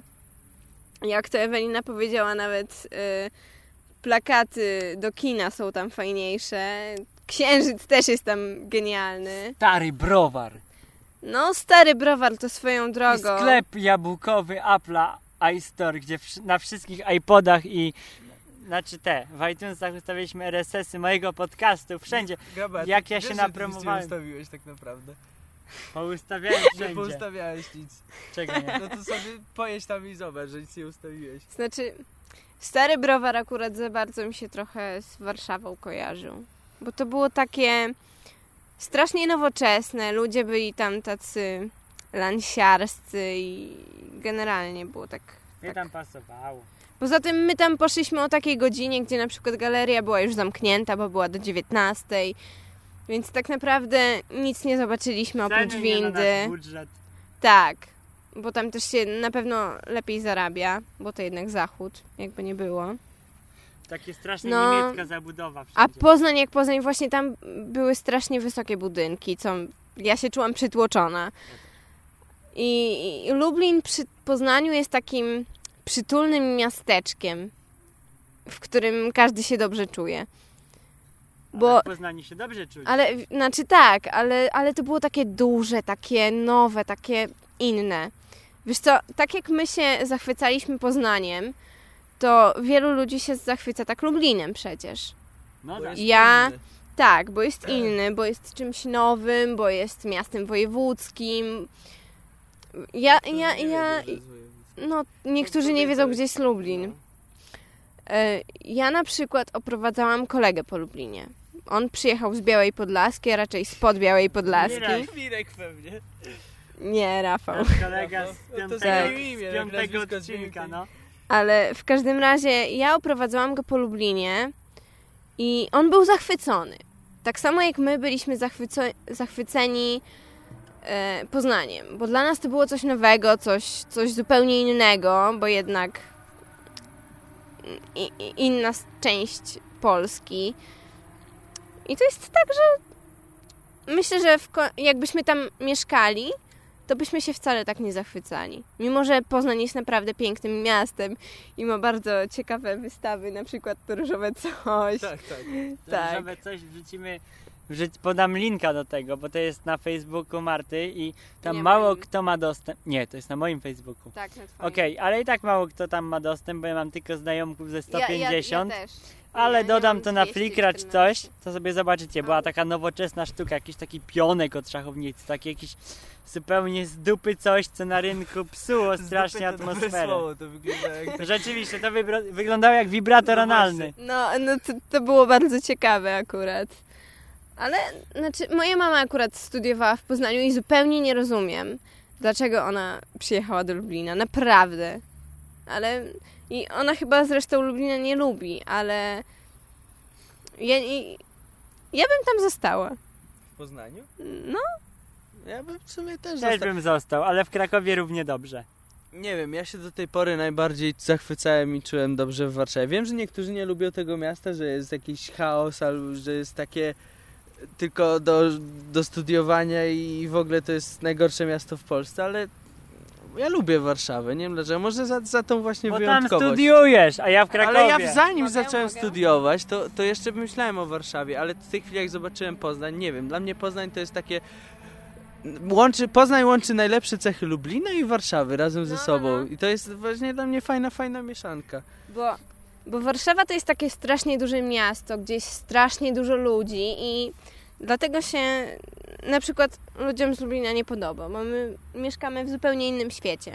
Jak to Ewelina powiedziała, nawet y, plakaty do kina są tam fajniejsze. Księżyc też jest tam genialny. Stary browar. No, stary browar to swoją I drogą. sklep jabłkowy Apple'a iStore, gdzie wsz- na wszystkich iPodach i znaczy te, w iTunesach ustawiliśmy R S S y mojego podcastu, wszędzie. Gaba, Jak ty ja się wiesz, że ty nic napromowałem. nie ustawiłeś tak naprawdę. Poustawiałem Nie wszędzie. poustawiałeś nic. Czego nie? No to sobie pojedź tam i zobacz, że nic nie ustawiłeś. Znaczy, stary browar akurat za bardzo mi się trochę z Warszawą kojarzył. Bo to było takie strasznie nowoczesne. Ludzie byli tam tacy lansiarscy i generalnie było tak... Mnie tam pasowało. Poza tym my tam poszliśmy o takiej godzinie, gdzie na przykład galeria była już zamknięta, bo była do dziewiętnastej. Więc tak naprawdę nic nie zobaczyliśmy oprócz Ceny nie na windy. nasz budżet. Tak, bo tam też się na pewno lepiej zarabia, bo to jednak zachód, jakby nie było. Takie strasznie No. niemiecka zabudowa A wszędzie. Poznań jak Poznań, właśnie tam były strasznie wysokie budynki, co ja się czułam przytłoczona. I, i Lublin przy Poznaniu jest takim przytulnym miasteczkiem, w którym każdy się dobrze czuje. Bo, Ale w Poznaniu się dobrze czuć. ale, znaczy tak, ale, ale to było takie duże, takie nowe, takie inne. Wiesz co, tak jak my się zachwycaliśmy Poznaniem, to wielu ludzi się zachwyca tak Lublinem przecież. No Bo tak. jest Ja- inny. Tak, bo jest inny, bo jest czymś nowym, bo jest miastem wojewódzkim. Ja, Niektórzy ja, nie ja, wiedzą, że jest województwo. no niektórzy nie wiedzą, gdzie jest Lublin. E, Ja na przykład oprowadzałam kolegę po Lublinie. On przyjechał z Białej Podlaskiej, a raczej spod Białej Podlaskiej. Mirek. Mirek pewnie. Nie, Rafał. Nasz kolega z No to piątego, zmienił imię, z jak piątego nazwisko odcinka, zmienił. no. Ale w każdym razie ja oprowadzałam go po Lublinie i on był zachwycony. Tak samo jak my byliśmy zachwyco- zachwyceni e, Poznaniem, bo dla nas to było coś nowego, coś, coś zupełnie innego, bo jednak i, i inna s- część Polski. I to jest tak, że myślę, że w ko- jakbyśmy tam mieszkali, to byśmy się wcale tak nie zachwycali. Mimo że Poznań jest naprawdę pięknym miastem i ma bardzo ciekawe wystawy, na przykład to różowe coś. Tak, tak. Tak. Żeby coś wrzucimy, wrzuć, podam linka do tego, bo to jest na Facebooku Marty i tam Nie mało moim. kto ma dostęp. Nie, to jest na moim Facebooku. Tak, na twoim. Okej, ale i tak mało kto tam ma dostęp, bo ja mam tylko znajomków ze sto pięćdziesiąt. Ja, ja, ja też. Ale Ja- ja dodam mam to na dwieście Flickr czy czternaście. coś, to sobie zobaczycie. Była taka nowoczesna sztuka, jakiś taki pionek od szachownicy, taki jakiś zupełnie z dupy coś, co na rynku psuło strasznie atmosferę. Słowo, to wygląda jak... Rzeczywiście, to wybro- wyglądało jak wibrator No analny. No, no to, to było bardzo ciekawe akurat. Ale, znaczy, moja mama akurat studiowała w Poznaniu i zupełnie nie rozumiem, dlaczego ona przyjechała do Lublina. Naprawdę. Ale... I ona chyba zresztą Lublina nie lubi, ale... Ja, i, ja bym tam została. W Poznaniu? No, Ja bym w sumie też Też został. bym został, ale w Krakowie równie dobrze. Nie wiem, ja się do tej pory najbardziej zachwycałem i czułem dobrze w Warszawie. Wiem, że niektórzy nie lubią tego miasta, że jest jakiś chaos, albo że jest takie tylko do, do studiowania i w ogóle to jest najgorsze miasto w Polsce, ale ja lubię Warszawę, nie wiem dlaczego, może za, za tą właśnie Bo tam wyjątkowość. studiujesz, a ja w Krakowie. Ale ja zanim Mogę, zacząłem mogę? studiować, to, to jeszcze myślałem o Warszawie, ale w tej chwili jak zobaczyłem Poznań, nie wiem, dla mnie Poznań to jest takie... Łączy, Poznań łączy najlepsze cechy Lublina i Warszawy razem ze No, sobą no. i to jest właśnie dla mnie fajna, fajna mieszanka. bo, bo Warszawa to jest takie strasznie duże miasto, gdzie jest strasznie dużo ludzi i dlatego się na przykład ludziom z Lublina nie podoba, bo my mieszkamy w zupełnie innym świecie.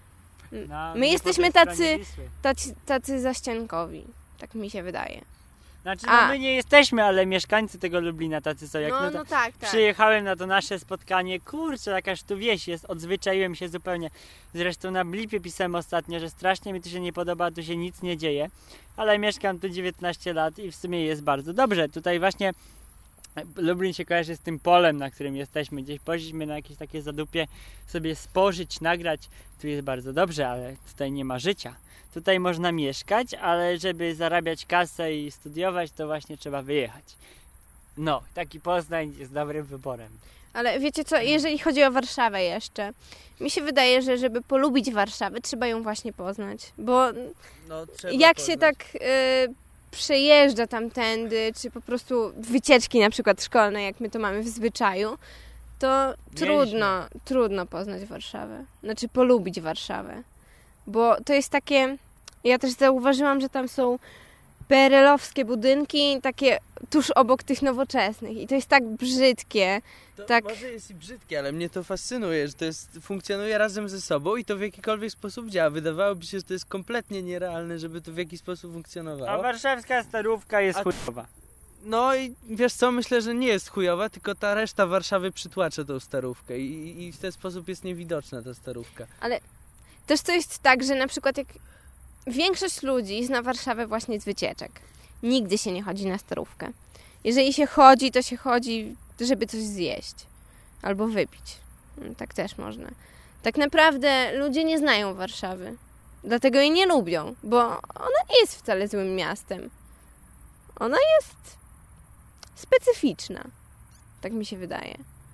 No, My nie po jesteśmy tej tacy- stronie Wisły. Tacy, tacy zaściankowi, tak mi się wydaje. Znaczy, no A. my nie jesteśmy, ale mieszkańcy tego Lublina tacy są. Jak No, my to no tak, tak. przyjechałem na to nasze spotkanie, kurczę, jakaż tu wieś jest, odzwyczaiłem się zupełnie. Zresztą na Blipie pisałem ostatnio, że strasznie mi tu się nie podoba, tu się nic nie dzieje, ale mieszkam tu dziewiętnaście lat i w sumie jest bardzo dobrze. Tutaj właśnie Lublin się kojarzy z tym polem, na którym jesteśmy. Gdzieś poszliśmy na jakieś takie zadupie sobie spożyć, nagrać. Tu jest bardzo dobrze, ale tutaj nie ma życia. Tutaj można mieszkać, ale żeby zarabiać kasę i studiować, to właśnie trzeba wyjechać. No, taki Poznań jest dobrym wyborem. Ale wiecie co, jeżeli chodzi o Warszawę jeszcze, mi się wydaje, że żeby polubić Warszawę, trzeba ją właśnie poznać. Bo No, trzeba jak poznać. się tak y, przejeżdża tamtędy, czy po prostu wycieczki na przykład szkolne, jak my to mamy w zwyczaju, to trudno, trudno poznać Warszawę. Znaczy polubić Warszawę. Bo to jest takie... Ja też zauważyłam, że tam są P R L-owskie budynki, takie tuż obok tych nowoczesnych. I to jest tak brzydkie. To tak- może jest i brzydkie, ale mnie to fascynuje, że to jest, funkcjonuje razem ze sobą i to w jakikolwiek sposób działa. Wydawałoby się, że to jest kompletnie nierealne, żeby to w jakiś sposób A funkcjonowało. warszawska starówka jest A- chujowa. No i wiesz co, myślę, że nie jest chujowa, tylko ta reszta Warszawy przytłacza tą starówkę i, i w ten sposób jest niewidoczna ta starówka. Też to jest tak, że na przykład jak większość ludzi zna Warszawę właśnie z wycieczek. Nigdy się nie chodzi na starówkę. Jeżeli się chodzi, to się chodzi, żeby coś zjeść. Albo wypić. No, tak też można. Tak naprawdę ludzie nie znają Warszawy. Dlatego jej nie lubią, bo ona nie jest wcale złym miastem. Ona jest specyficzna. Tak mi się wydaje.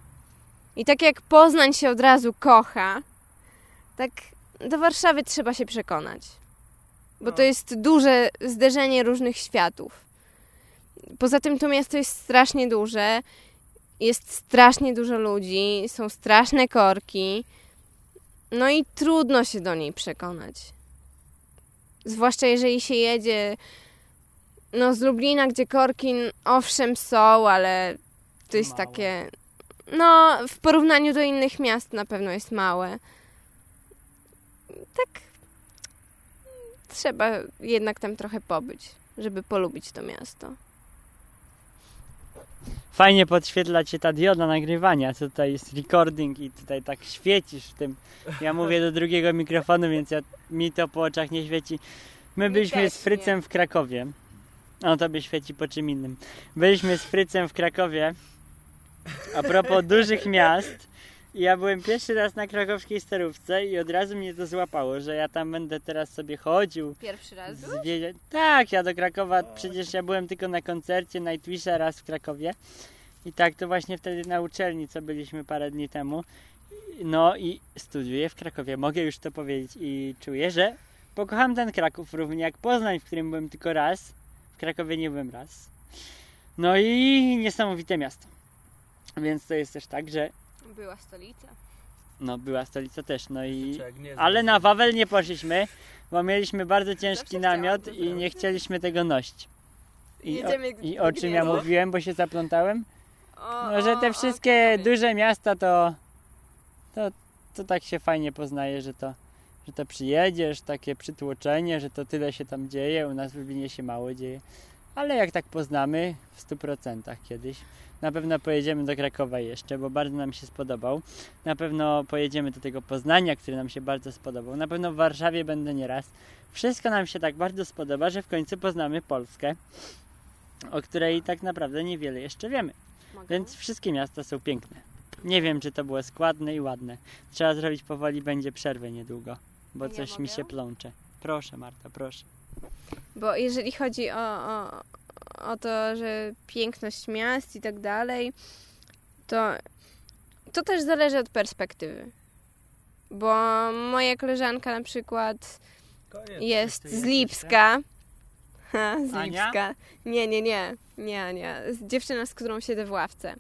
I tak jak Poznań się od razu kocha, tak do Warszawy trzeba się przekonać. Bo to jest duże zderzenie różnych światów. Poza tym to miasto jest strasznie duże, jest strasznie dużo ludzi, są straszne korki. No i trudno się do niej przekonać. Zwłaszcza jeżeli się jedzie no z Lublina, gdzie korki owszem są, ale to jest Małe. takie... No, w porównaniu do innych miast na pewno jest małe. Tak trzeba jednak tam trochę pobyć, żeby polubić to miasto. fajnie podświetla cię ta dioda nagrywania, co tutaj jest recording i tutaj tak świecisz w tym. Ja mówię do drugiego mikrofonu, więc ja, mi to po oczach nie świeci. My Mi byliśmy też z Frycem w Krakowie. O, tobie świeci po czym innym. Byliśmy z Frycem w Krakowie. A propos dużych miast. Ja byłem pierwszy raz na krakowskiej Starówce i od razu mnie to złapało, że ja tam będę teraz sobie chodził. Pierwszy raz byłeś? Zwiedzie... Tak, ja do Krakowa, przecież ja byłem tylko na koncercie Nightwisha raz w Krakowie. I tak to właśnie wtedy na uczelni, co byliśmy parę dni temu. No i studiuję w Krakowie, mogę już to powiedzieć i czuję, że pokocham ten Kraków równie jak Poznań, w którym byłem tylko raz. W Krakowie nie byłem raz. No i niesamowite miasto. Więc to jest też tak, że Była stolica. no była stolica też, no i... Jak nie Ale na Wawel nie poszliśmy, bo mieliśmy bardzo ciężki Zawsze namiot chciałam, i to nie chcieliśmy tego nosić. I o, Jedziemy I do o czym ja Gnieźna. mówiłem, bo się zaplątałem? O, No, że te o, wszystkie o, duże miasta to, to, to tak się fajnie poznaje, że to, że to przyjedziesz, takie przytłoczenie, że to tyle się tam dzieje, u nas w Lublinie się mało dzieje. Ale jak tak poznamy w stu procentach kiedyś, na pewno pojedziemy do Krakowa jeszcze, bo bardzo nam się spodobał. Na pewno pojedziemy do tego Poznania, który nam się bardzo spodobał. Na pewno w Warszawie będę nieraz. Wszystko nam się tak bardzo spodoba, że w końcu poznamy Polskę, o której tak naprawdę niewiele jeszcze wiemy. Mogę? Więc wszystkie miasta są piękne. Nie wiem, czy to było składne i ładne. Trzeba zrobić powoli, będzie przerwę niedługo, bo Ja coś mi mogę? się plącze. Proszę Marta, proszę. Bo jeżeli chodzi o, o, o to, że piękność miast i tak dalej, to to też zależy od perspektywy. Bo moja koleżanka na przykład jest z Lipska. Ha, z Ania? Lipska. Nie, nie, nie. Nie, Ania. Z- Dziewczyna, z którą siedzę w ławce.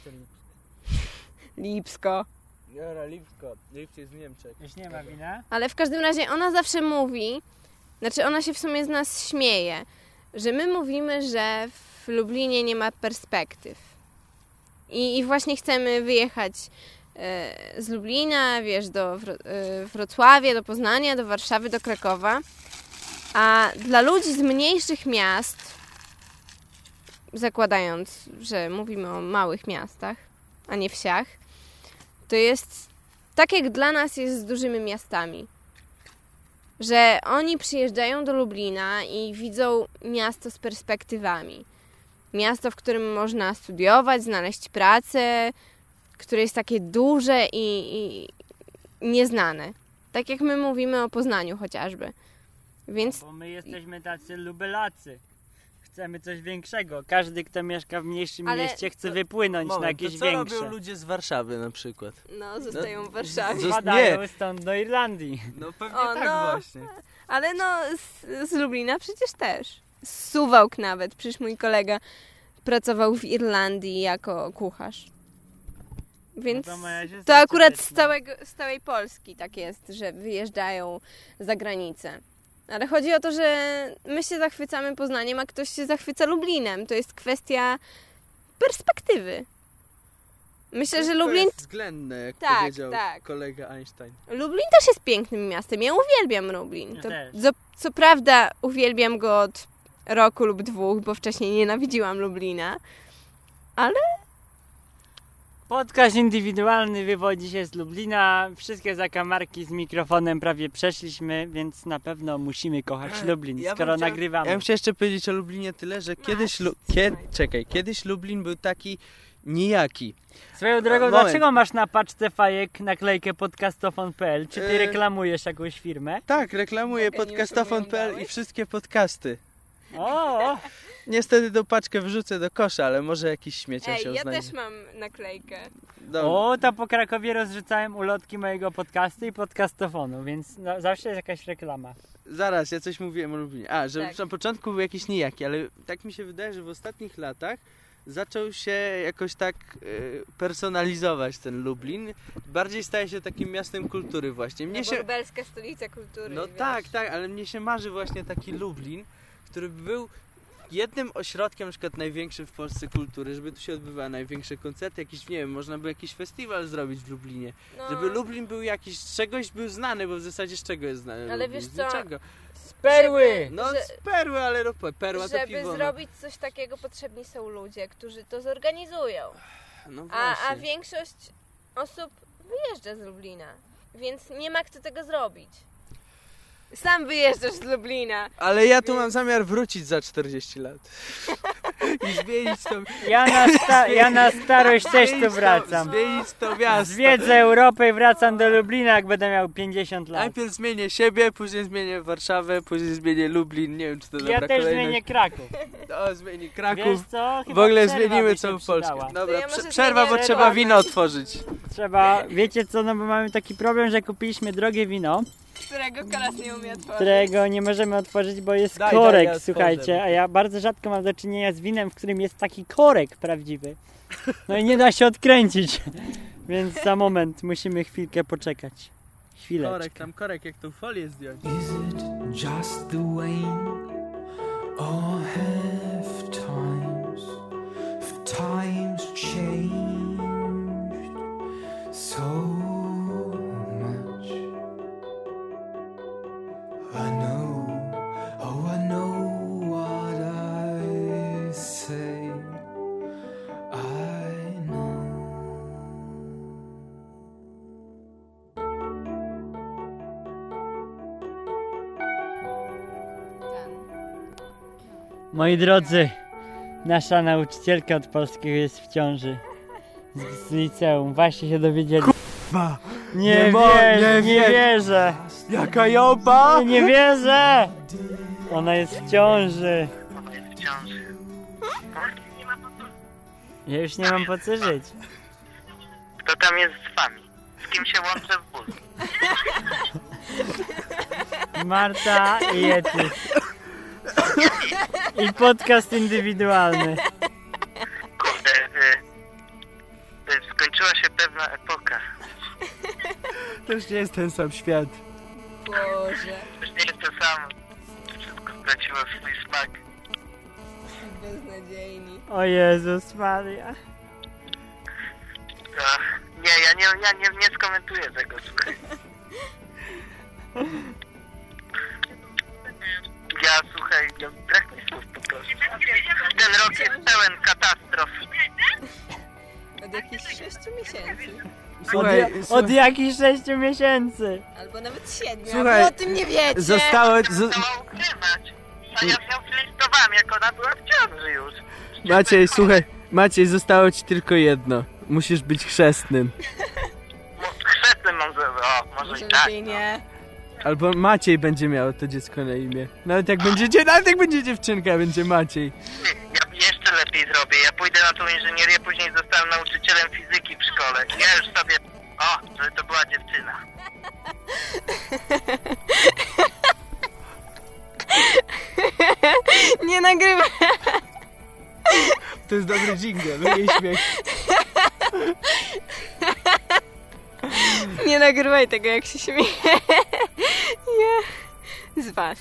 Lipsko. Jora, Lipsko. Lipsk jest w Niemczech. Już nie ma wina? Ale w każdym razie ona zawsze mówi, znaczy ona się w sumie z nas śmieje, że my mówimy, że w Lublinie nie ma perspektyw. I, i właśnie chcemy wyjechać e, z Lublina, wiesz, do Wro- e, Wrocławia, do Poznania, do Warszawy, do Krakowa. A dla ludzi z mniejszych miast, zakładając, że mówimy o małych miastach, a nie wsiach, to jest tak jak dla nas jest z dużymi miastami. Że oni przyjeżdżają do Lublina i widzą miasto z perspektywami. Miasto, w którym można studiować, znaleźć pracę, które jest takie duże i, i nieznane. Tak jak my mówimy o Poznaniu chociażby. Więc Bo my jesteśmy tacy lubelacy. Chcemy coś większego. Każdy, kto mieszka w mniejszym Ale mieście, chce wypłynąć na Moment, to jakieś co większe. robią ludzie z Warszawy na przykład? no, zostają w Warszawie. Zos- Wpadają nie. stąd do Irlandii. No pewnie O, tak no. właśnie. Ale no, z, z Lublina przecież też. Z Suwałk nawet. Przecież mój kolega pracował w Irlandii jako kucharz. Więc No to moja siostra to akurat też, z, no. całego, z całej Polski tak jest, że wyjeżdżają za granicę. Ale chodzi o to, że my się zachwycamy Poznaniem, a ktoś się zachwyca Lublinem. To jest kwestia perspektywy. Myślę, że Lublin, To jest względne, jak Tak, powiedział tak. kolega Einstein. Lublin też jest pięknym miastem. Ja uwielbiam Lublin. Ja To, też. co, co prawda uwielbiam go od roku lub dwóch, bo wcześniej nienawidziłam Lublina. Podcast indywidualny wywodzi się z Lublina. Wszystkie zakamarki z mikrofonem prawie przeszliśmy, więc na pewno musimy kochać Lublin, Ja bym skoro chciał- nagrywamy. Ja bym chciał jeszcze powiedzieć o Lublinie tyle, że kiedyś... Lu- kie- czekaj, kiedyś Lublin był taki nijaki. Swoją drogą, Moment. dlaczego masz na paczce fajek naklejkę podcastofon kropka p l? Czy ty Yy. reklamujesz jakąś firmę? Tak, reklamuję Mogę, nie podcastofon kropka p l i oglądałeś? wszystkie podcasty. O! Niestety tą paczkę wrzucę do kosza, ale może jakiś śmiecia się Ej, ja znajdzie. też mam naklejkę. Dobra. O, to po Krakowie rozrzucałem ulotki mojego podcastu i podcastofonu, więc no, zawsze jest jakaś reklama. Zaraz, ja coś mówiłem o Lublinie. A, że Tak. na początku był jakiś nijaki, ale tak mi się wydaje, że w ostatnich latach zaczął się jakoś tak e, personalizować ten Lublin. Bardziej staje się takim miastem kultury właśnie. Mnie No, się... Lubelska stolica kultury. No wiesz. tak, tak, ale mnie się marzy właśnie taki Lublin, który by był jednym ośrodkiem na przykład największym w Polsce kultury, żeby tu się odbywały największe koncerty, jakiś, nie wiem, można by jakiś festiwal zrobić w Lublinie. No, Żeby Lublin był jakiś, z czegoś był znany, bo w zasadzie z czego jest znany Ale Lublin? wiesz Z co, niczego. Z perły! No że- z perły, ale no perła to żeby piwo. no. zrobić coś takiego, potrzebni są ludzie, którzy to zorganizują. No A, a właśnie. większość osób wyjeżdża z Lublina, więc nie ma kto tego zrobić. Sam wyjeżdżasz z Lublina. Ale ja tu mam zamiar wrócić za czterdzieści lat. I zmienić to, Ja na, sta- ja na starość też tu zmienić to, wracam. zmienić to miasto. Zwiedzę Europę i wracam do Lublina, jak będę miał pięćdziesiąt lat. Najpierw zmienię siebie, później zmienię Warszawę, później zmienię Lublin, nie wiem czy to dobra Ja też kolejność. zmienię Kraków. O, zmieni Kraków. Wiesz co? Chyba W ogóle przerwa zmienimy by się całą Polskę. przydała. Dobra, ja prze- może przerwa, bo zmienię trzeba reklamę. wino otworzyć. Trzeba, wiecie co, no bo mamy taki problem, że kupiliśmy drogie wino, Którego Kolas nie umie otworzyć. którego nie możemy otworzyć, bo jest Daj, korek, daj, ja otworzę. słuchajcie, a ja bardzo rzadko mam do czynienia z winem, w którym jest taki korek prawdziwy. No i nie da się odkręcić, więc za moment musimy chwilkę poczekać. Chwileczkę. Korek, tam korek, jak tą folię zdjąć. Is it just the wane, or have times, have times changed so much? I know, oh I know what I say, I know. Moi drodzy, nasza nauczycielka od polskiego jest w ciąży. Z, z liceum, właśnie się dowiedzieli. Kurwa! Nie, Nie mo- wierzę, nie nie wie- wierzę! Jaka joba! Nie wierzę! Ona jest w ciąży. Ona jest w ciąży. Ja już nie mam po co żyć. Kto tam jest z wami? Z kim się łączę w ból? Marta i Yeti. I podcast indywidualny. Kurde, y, y, skończyła się pewna epoka. To już nie jest ten sam świat. Boże, Już nie jest to samo. Wszystko straciło swój smak. beznadziejni. O Jezus Maria. Ach, nie, ja nie, ja nie, nie skomentuję tego, słuchaj. Ja, słuchaj, ja brak mi słów po prostu. Ten rok jest pełen katastrof. Od jakichś sześciu miesięcy. Od, Słuchaj, ja, słuchaj, od jakichś sześciu miesięcy. Albo nawet siedmiu, Słuchaj, a wy o tym nie wiecie. zostało... Ja zo- chciała ukrywać. A ja z nią flirtowałam, jak ona była w ciąży już. Maciej, słuchaj, Maciej, zostało ci tylko jedno. Musisz być chrzestnym. Mo- Chrzestnym mam zrobić. O, może Może i tak. lepiej nie. Albo Maciej będzie miał to dziecko na imię. Nawet jak będzie, dzie- nawet jak będzie dziewczynka, będzie Maciej. Ja jeszcze lepiej zrobię. Ja pójdę na tą inżynierię, później zostanę nauczycielem fizyki w szkole. Ja już sobie... O, żeby to była dziewczyna. Nie nagrywaj. To jest dobry dżingiel, jej śmiech. Nie nagrywaj tego, jak się śmieje. Nie. Z was.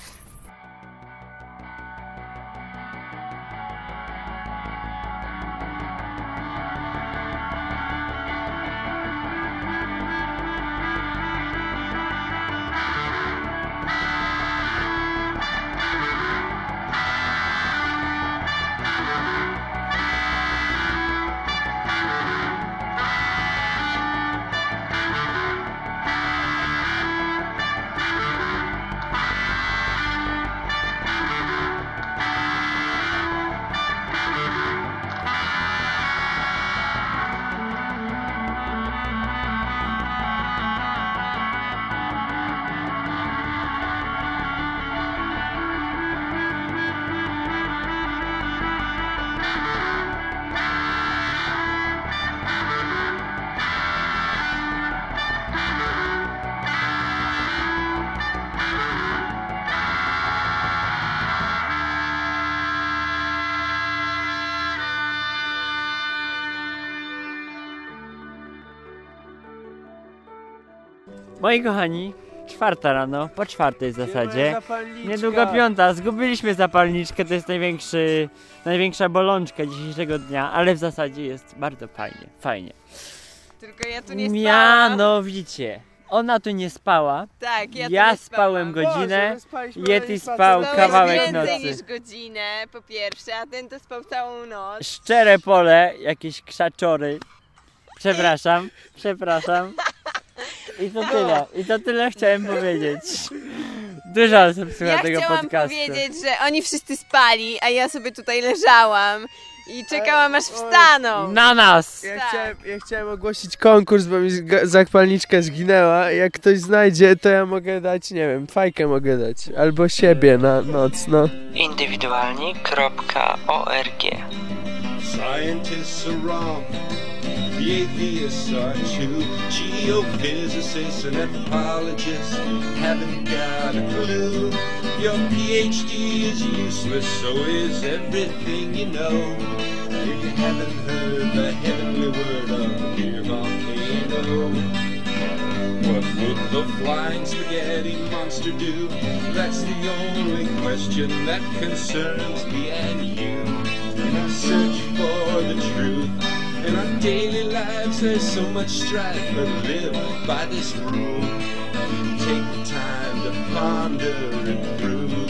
Moi kochani, Czwarta rano, po czwartej w zasadzie. Zapalniczka. Niedługo piąta, zgubiliśmy zapalniczkę, to jest największy, największa bolączka dzisiejszego dnia, ale w zasadzie jest bardzo fajnie, fajnie. Tylko ja tu nie spałam. Mianowicie, ona tu nie spała, Tak, ja, tu ja nie spałem spałam. godzinę, Boże, my spaliśmy Yeti na spał spacer. Spałeś kawałek więcej nocy. niż godzinę, po pierwsze, a ten to spał całą noc. Szczere pole, jakieś krzaczory. Przepraszam, przepraszam. I to tyle, i to tyle chciałem powiedzieć. Dużo osób słucha Ja tego chciałam podcastu. powiedzieć, że oni wszyscy spali, a ja sobie tutaj leżałam i czekałam aż wstaną. Na nas! Ja, Tak. chciałem, ja chciałem ogłosić konkurs, bo mi zga- zapalniczka zginęła. Jak ktoś znajdzie, to ja mogę dać, nie wiem, fajkę mogę dać. Albo siebie na noc, no. Indywidualni kropka org. Scientists are wrong, the atheists are too. Geophysicists and anthropologists haven't got a clue. Your PhD is useless, so is everything you know. If you haven't heard the heavenly word of the beer volcano. What would the flying spaghetti monster do? That's the only question that concerns me and you. In our search for the truth, in our daily lives there's so much strife, but live by this rule. Take the time to ponder and prove.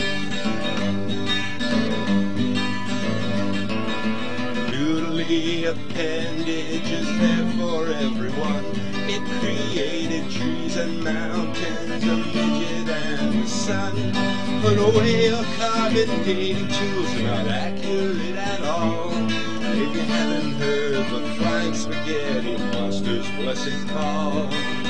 Noodly appendage is there for everyone. It created trees and mountains, a midget and the sun. But a whale carbon dating tools are not accurate at all. If you haven't heard the flying spaghetti monster's blessed call.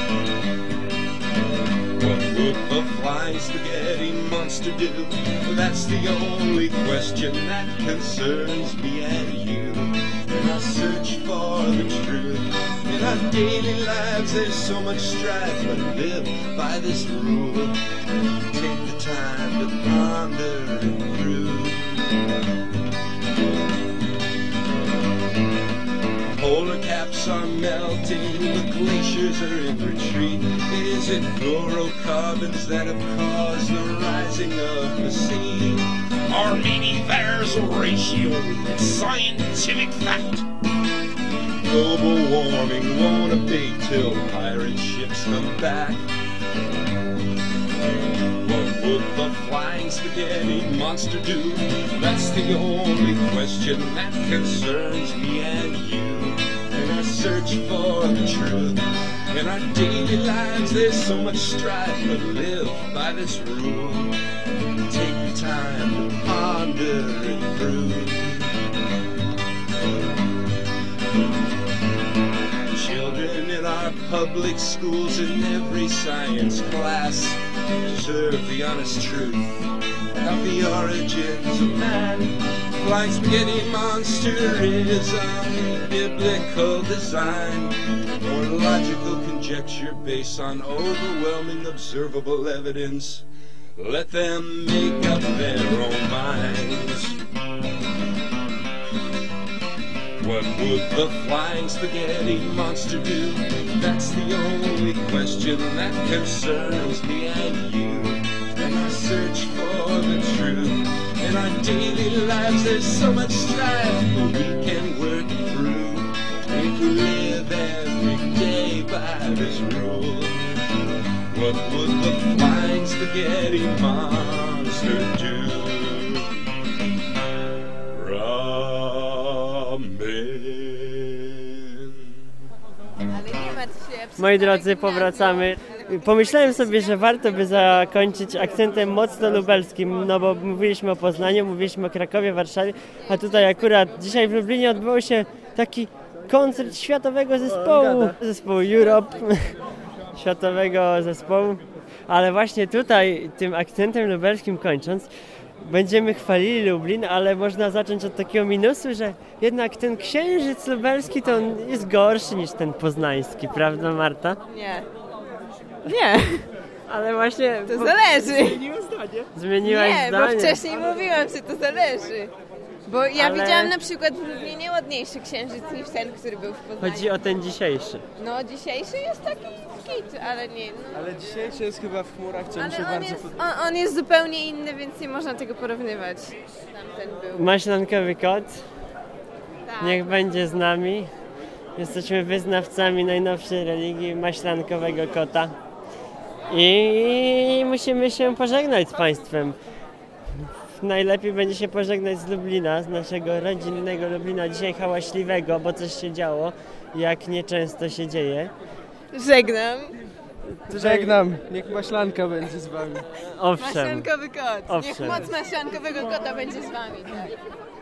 What would the flying spaghetti monster do? That's the only question that concerns me and you. In our search for the truth, in our daily lives there's so much strife, but live by this rule. Take the time to ponder and prove. Polar caps are melting, the glaciers are in retreat. Is it fluorocarbons that have caused the rising of the sea? Or maybe there's a ratio, scientific fact. Global warming won't abate till pirate ships come back. What would the flying spaghetti monster do? That's the only question that concerns me and you. In our search for the truth, in our daily lives there's so much strife, but live by this rule. Take the time to ponder and prove. Children in our public schools in every science class deserve the honest truth of the origins of man. Flying spaghetti monster is a biblical design or logical conjecture based on overwhelming observable evidence. Let them make up their own minds. What would the flying spaghetti monster do? That's the only question that concerns me and you. In our search for the truth, in our daily lives there's so much strife, but we can work it through if we live every day by this rule. What would the flying spaghetti monster do? Moi drodzy, powracamy. Pomyślałem sobie, że warto by zakończyć akcentem mocno lubelskim, no bo mówiliśmy o Poznaniu, mówiliśmy o Krakowie, Warszawie, a tutaj akurat dzisiaj w Lublinie odbył się taki koncert światowego zespołu, zespołu Europe, światowego zespołu, ale właśnie tutaj tym akcentem lubelskim kończąc, będziemy chwalili Lublin, ale można zacząć od takiego minusu, że jednak ten księżyc lubelski to on jest gorszy niż ten poznański, prawda Marta? Nie. Nie, Ale właśnie... to zależy. Zmieniłaś Nie, zdanie. bo wcześniej mówiłam, że to zależy. Bo ja Ale- widziałam na przykład w Lublinie ładniejszy księżyc niż ten, który był w Poznaniu. Chodzi o ten dzisiejszy. No dzisiejszy jest taki kit, ale nie. No. Ale dzisiejszy jest chyba w chmurach, co mi się Ale on bardzo jest, podoba. on, on jest zupełnie inny, więc nie można tego porównywać. Tamten był. Maślankowy kot, Tak. niech będzie z nami. Jesteśmy wyznawcami najnowszej religii maślankowego kota. I musimy się pożegnać z Państwem. Najlepiej będzie się pożegnać z Lublina, z naszego rodzinnego Lublina. Dzisiaj hałaśliwego, bo coś się działo, jak nieczęsto się dzieje. Żegnam. Żegnam, niech maślanka będzie z wami. Owszem. Maślankowy kot. Niech Owszem. moc maślankowego kota będzie z wami. Tak.